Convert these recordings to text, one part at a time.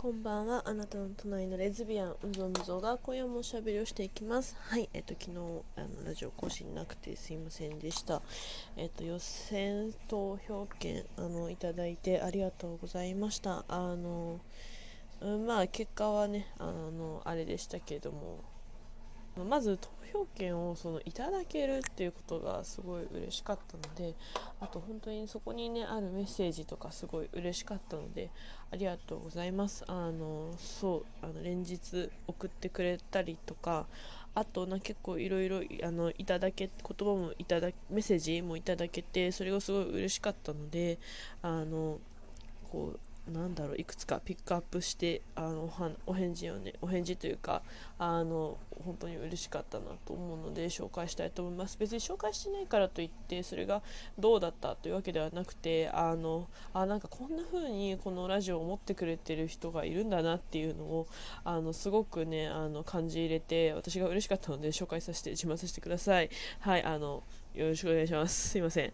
こんばんは。あなたの隣のレズビアン、うぞむぞが今夜もおしゃべりをしていきます。はい、昨日ラジオ更新なくてすいませんでした。予選投票権いただいてありがとうございました。まあ結果はね、あれでしたけれども、まず投票権をいただけるっていうことがすごい嬉しかったので、あと本当にそこにねあるメッセージとかすごい嬉しかったのでありがとうございます。連日送ってくれたりとか、あと結構いろいろいただけ言葉もメッセージもいただけて、それがすごい嬉しかったので、こういくつかピックアップしてお返事をねお返事というか本当に嬉しかったなと思うので紹介したいと思います。別に紹介してないからといってそれがどうだったというわけではなくて、なんかこんな風にこのラジオを持ってくれてる人がいるんだなっていうのをすごくね感じ入れて、私が嬉しかったので紹介させて自慢させてください。はい、よろしくお願いします。すいません。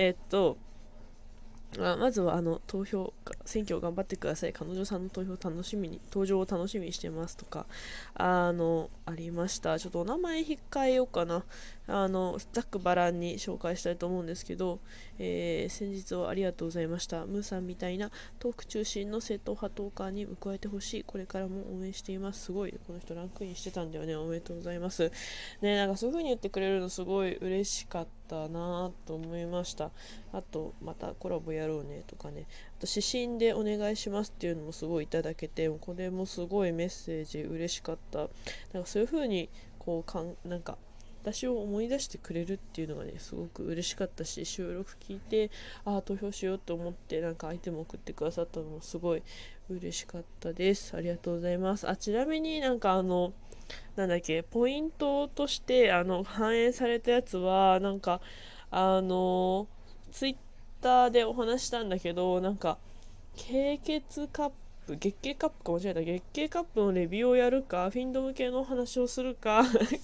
まずは選挙を頑張ってください、彼女さんの登場を楽しみにしてますとかありました。ちょっとお名前控えようかな。ざっくばらんに紹介したいと思うんですけど、先日はありがとうございました。ムーさんみたいなトーク中心の正統派トーカーに報われてほしい。これからも応援しています。すごいこの人ランクインしてたんだよね。おめでとうございますね。なんかそういう風に言ってくれるのすごい嬉しかったなと思いました。あとまたコラボやろうねとかね、あと指針でお願いしますっていうのもすごいいただけて、これもすごいメッセージ嬉しかった。なんかそういう風になんか私を思い出してくれるっていうのがねすごく嬉しかったし、収録聞いて投票しようと思ってなんか相手も送ってくださったのもすごい嬉しかったです。ありがとうございます。ちなみにポイントとして反映されたやつはあのツイッターでお話したんだけど、経血カップ、月経カップか間違えた、月経カップのレビューをやるか、フィンド向けのお話をするか、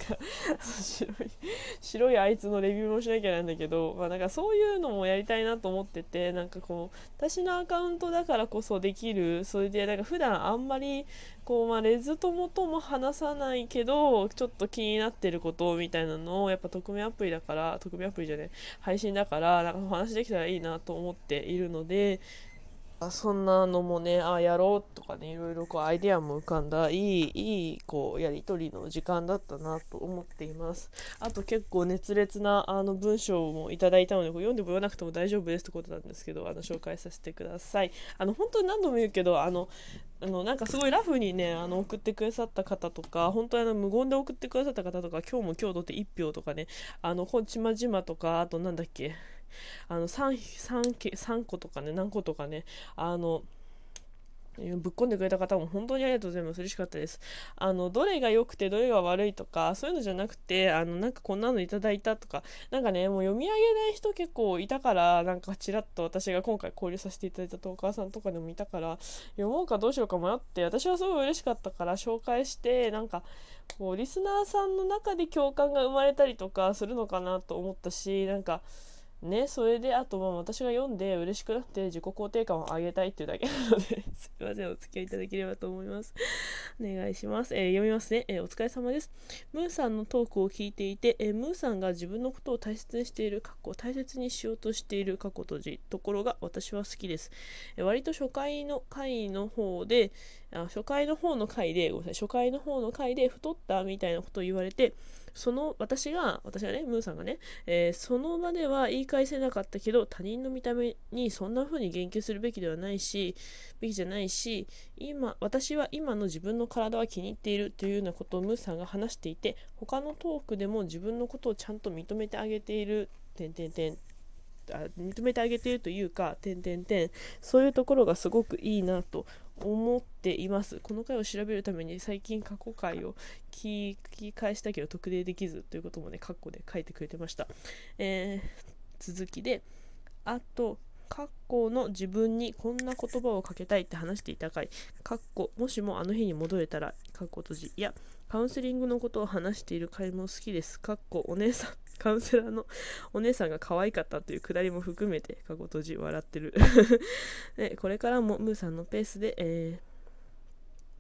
白いあいつのレビューもしなきゃなんだけど、そういうのもやりたいなと思ってて、私のアカウントだからこそできる、それで普段あんまりレズ友とも話さないけどちょっと気になってることみたいなのをやっぱ匿名アプリじゃね配信だからお話できたらいいなと思っているので、そんなのもねやろうとかね、いろいろアイデアも浮かんだいいやり取りの時間だったなと思っています。あと結構熱烈な文章もいただいたので、読んでも言わなくても大丈夫ですってことなんですけど、紹介させてください。本当に何度も言うけどすごいラフにね送ってくださった方とか、本当に無言で送ってくださった方とか、今日も今日とって1票とかね、ちまじまとか、あとなんだっけ、3個とかね、何個とかね、ぶっこんでくれた方も本当にありがとうございます。嬉しかったです。どれが良くてどれが悪いとかそういうのじゃなくて、こんなのいただいたとか、もう読み上げない人結構いたから、ちらっと私が今回交流させていただいたトーカーさんとかでもいたから、読もうかどうしようか迷って、私はすごい嬉しかったから紹介して、リスナーさんの中で共感が生まれたりとかするのかなと思ったし、それであと私が読んで嬉しくなって自己肯定感を上げたいっていうだけなのですいません、お付き合いいただければと思います。お願いします。読みますね。お疲れ様です。ムーさんのトークを聞いていて、ムーさんが自分のことを大切にしている大切にしようとしているところが私は好きです。割と初回の方で初回の方の回で太ったみたいなことを言われて、私がね、ムーさんがね、その場では言い返せなかったけど、他人の見た目にそんな風に言及するべきじゃないし、私は今の自分の体は気に入っているというようなことをムーさんが話していて、他のトークでも自分のことをちゃんと認めてあげている、認めてあげているというか、そういうところがすごくいいなと思っています。この回を調べるために最近過去回を聞き返したけど特定できずということもね、カッコで書いてくれてました。続きで、あと過去の自分にこんな言葉をかけたいって話していた回、もしもあの日に戻れたら、いやカウンセリングのことを話している回も好きです。お姉さんカウンセラーのお姉さんが可愛かったというくだりも含めて笑ってるでこれからもムーさんのペースで、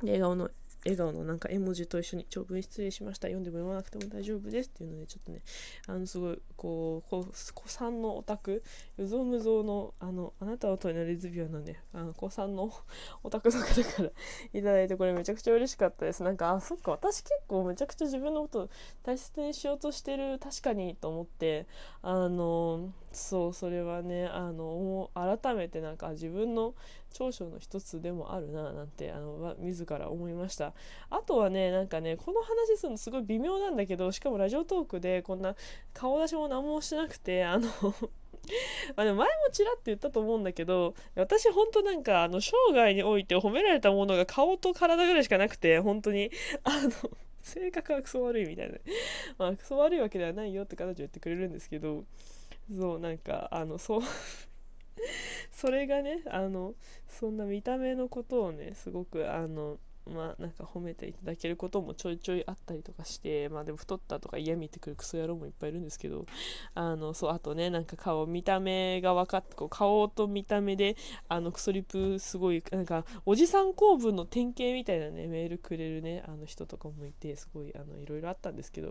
で笑顔のなんか絵文字と一緒に長文失礼しました、読んでも読まなくても大丈夫ですっていうので、ちょっとねすごい子さんのオタクよぞむぞのあなたは隣のレズビアンのね子さんのオタクの方からいただいて、これめちゃくちゃ嬉しかったです。なんかそっか、私結構めちゃくちゃ自分のことを大切にしようとしてる、確かにと思って、そう、それはね改めてなんか自分の長所の一つでもあるななんて自ら思いました。あとはね、なんかね、この話するのすごい微妙なんだけど、しかもラジオトークでこんな顔出しも何もしてなくてでも前もちらって言ったと思うんだけど、私本当なんか生涯において褒められたものが顔と体ぐらいしかなくて、本当に性格はクソ悪いみたいな、まあクソ悪いわけではないよって彼女言ってくれるんですけど、そうなんかそうそれがねそんな見た目のことをねすごくなんか褒めていただけることもちょいちょいあったりとかして、まあでも太ったとか嫌見てくるクソ野郎もいっぱいいるんですけど、そう、あとね、なんか見た目が分かって顔と見た目でクソリプすごいなんかおじさん構文の典型みたいなねメールくれるね人とかもいて、すごいいろいろあったんですけど、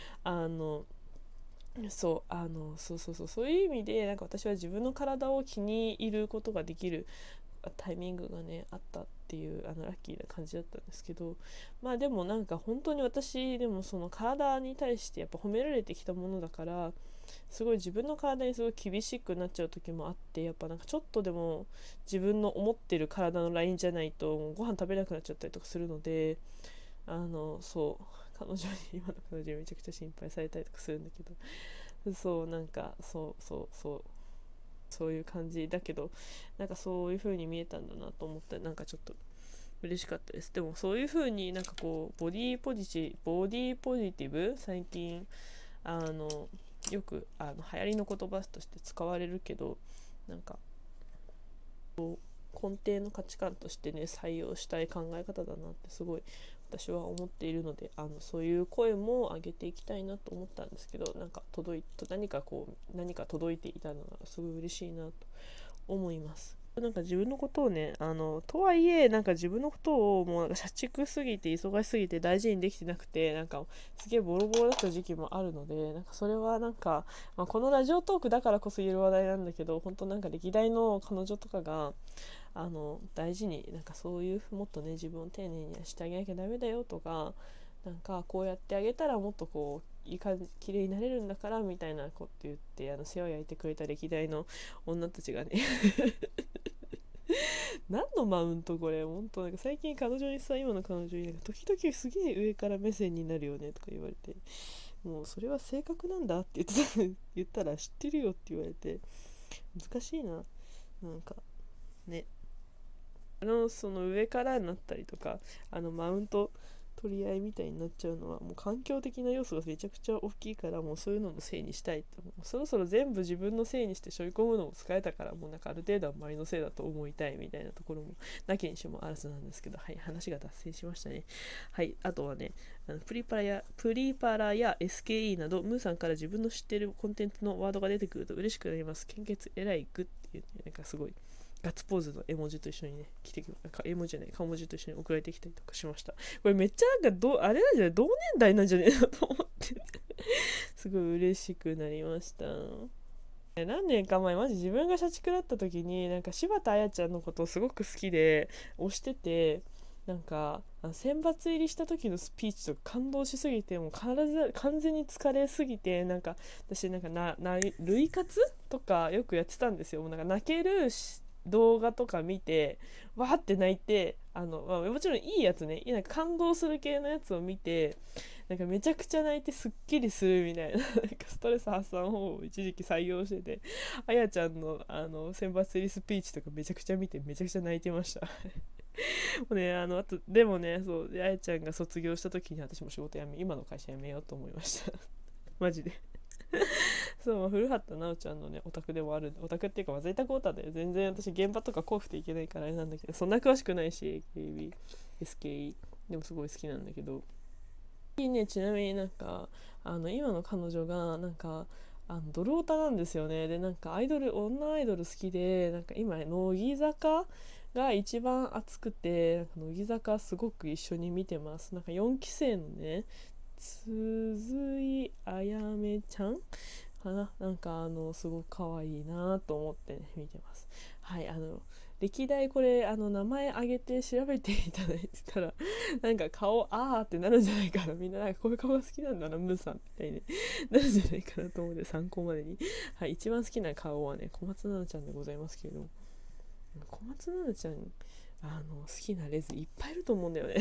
そういう意味でなんか私は自分の体を気に入ることができるタイミングがねあったっていうラッキーな感じだったんですけど、まあでもなんか本当に私でもその体に対してやっぱ褒められてきたものだから、すごい自分の体にすごい厳しくなっちゃう時もあって、やっぱなんかちょっとでも自分の思ってる体のラインじゃないとご飯食べなくなっちゃったりとかするので、そう今の彼女にめちゃくちゃ心配されたりとかするんだけど、そうなんかそういう感じだけど、なんかそういう風に見えたんだなと思って、なんかちょっと嬉しかったです。でもそういう風になんかボディポジティブ最近よく流行りの言葉として使われるけど、なんか根底の価値観としてね採用したい考え方だなってすごい私は思っているので、そういう声も上げていきたいなと思ったんですけど、なんか何か届いていたのがすごい嬉しいなと思います。なんか自分のことをねとはいえなんか自分のことをもうなんか社畜すぎて忙しすぎて大事にできてなくて、なんかすげえボロボロだった時期もあるので、なんかそれはなんか、このラジオトークだからこそ言える話題なんだけど、本当なんか歴代の彼女とかが大事になんかそういうもっとね自分を丁寧にしてあげなきゃダメだよとか、なんかこうやってあげたらもっといい感じ綺麗になれるんだからみたいなこと言って世話焼いてくれた歴代の女たちがね何のマウントこれ、本当なんか最近今の彼女になんか時々すげえ上から目線になるよねとか言われて、もうそれは性格なんだって言ったら知ってるよって言われて、難しいな、なんかね、その上からになったりとかマウント取り合いみたいになっちゃうのはもう環境的な要素がめちゃくちゃ大きいから、もうそういうののせいにしたいって、もうそろそろ全部自分のせいにして背負い込むのも疲れたから、もうなんかある程度は周りのせいだと思いたいみたいなところもなきにしもあらずなんですけど、はい、話が脱線しましたね。はい、あとはねプリパラや SKE などムーさんから自分の知っているコンテンツのワードが出てくると嬉しくなります。献血えらいグっていう、ね、なんかすごいガッツポーズの絵文字と一緒にね絵文字じゃない顔文字と一緒に送られてきたりとかしました。これめっちゃなんかあれなんじゃない同年代なんじゃねえのと思ってすごい嬉しくなりました。何年か前マジ自分が社畜だった時になんか柴田彩ちゃんのことをすごく好きで推してて、なんか選抜入りした時のスピーチとか感動しすぎて、もう完全に疲れすぎて、なんか私なんか類活とかよくやってたんですよ。もうなんか泣ける動画とか見てわーって泣いてもちろんいいやつね、なんか感動する系のやつを見てなんかめちゃくちゃ泣いてすっきりするみたいななんかストレス発散法を一時期採用してて、あやちゃんの選抜入りスピーチとかめちゃくちゃ見てめちゃくちゃ泣いてましたもうねあとでもね、そうであやちゃんが卒業した時に私も仕事今の会社辞めようと思いましたマジでそう、古畑奈緒ちゃんのねオタクでもある、オタクっていうか在宅オタで全然私現場とか怖くていけないからあれなんだけど、そんな詳しくないし AKB SKE でもすごい好きなんだけどね、ちなみになんか今の彼女がなんかドルオタなんですよね。でなんか女アイドル好きで、なんか今乃木坂が一番熱くて、なんか乃木坂すごく一緒に見てます。なんか4期生のね、鈴井あやめちゃんかな、なんかすごく可愛いなと思ってね見てます。はい、歴代これ名前挙げて調べていただいてたらなんか顔あーってなるんじゃないかな、みんななんかこういう顔が好きなんだなムーさんみたいになるんじゃないかなと思って参考までに。はい、一番好きな顔はね小松菜奈ちゃんでございますけれども、小松菜奈ちゃん好きなレズいっぱいいると思うんだよね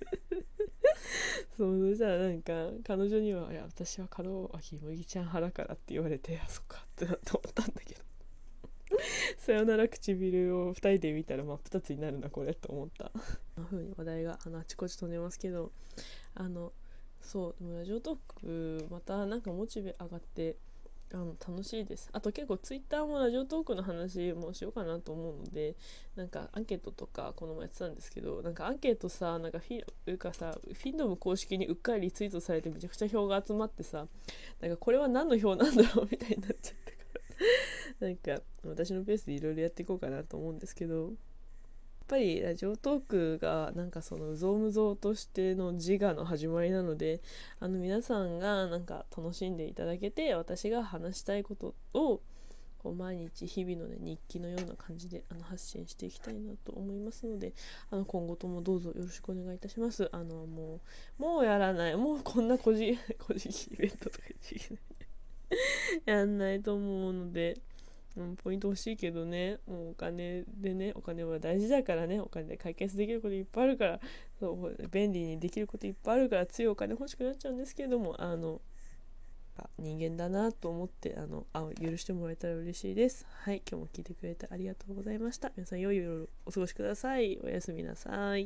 そうじゃあなんか彼女には「いや私は門脇麦ちゃん派だから」って言われて、あそっかってなって思ったんだけどさよなら唇を2人で見たら真っ二つになるなこれと思ったこんな風に話題があちこち飛んでますけど、そうでもラジオトークまたなんかモチベ上がって楽しいです。あと結構ツイッターもラジオトークの話もしようかなと思うので、なんかアンケートとかこの前やってたんですけど、なんかアンケートさ、なんかフィンドム公式にうっかりリツイートされてめちゃくちゃ票が集まってさ、なんかこれは何の票なんだろうみたいになっちゃったからなんか私のペースでいろいろやっていこうかなと思うんですけど、やっぱりラジオトークがなんかそのうぞうむぞうとしての自我の始まりなので、皆さんがなんか楽しんでいただけて、私が話したいことをこう毎日日々の、ね、日記のような感じで発信していきたいなと思いますので、今後ともどうぞよろしくお願いいたします。もうやらない、もうこんな個人イベントとか言ってやんないと思うので、ポイント欲しいけどね、もうお金でね、お金は大事だからね、お金で解決できることいっぱいあるから、そう便利にできることいっぱいあるから強いお金欲しくなっちゃうんですけれども、人間だなと思って許してもらえたら嬉しいです。はい、今日も聞いてくれてありがとうございました。皆さん良い夜をお過ごしください。おやすみなさい。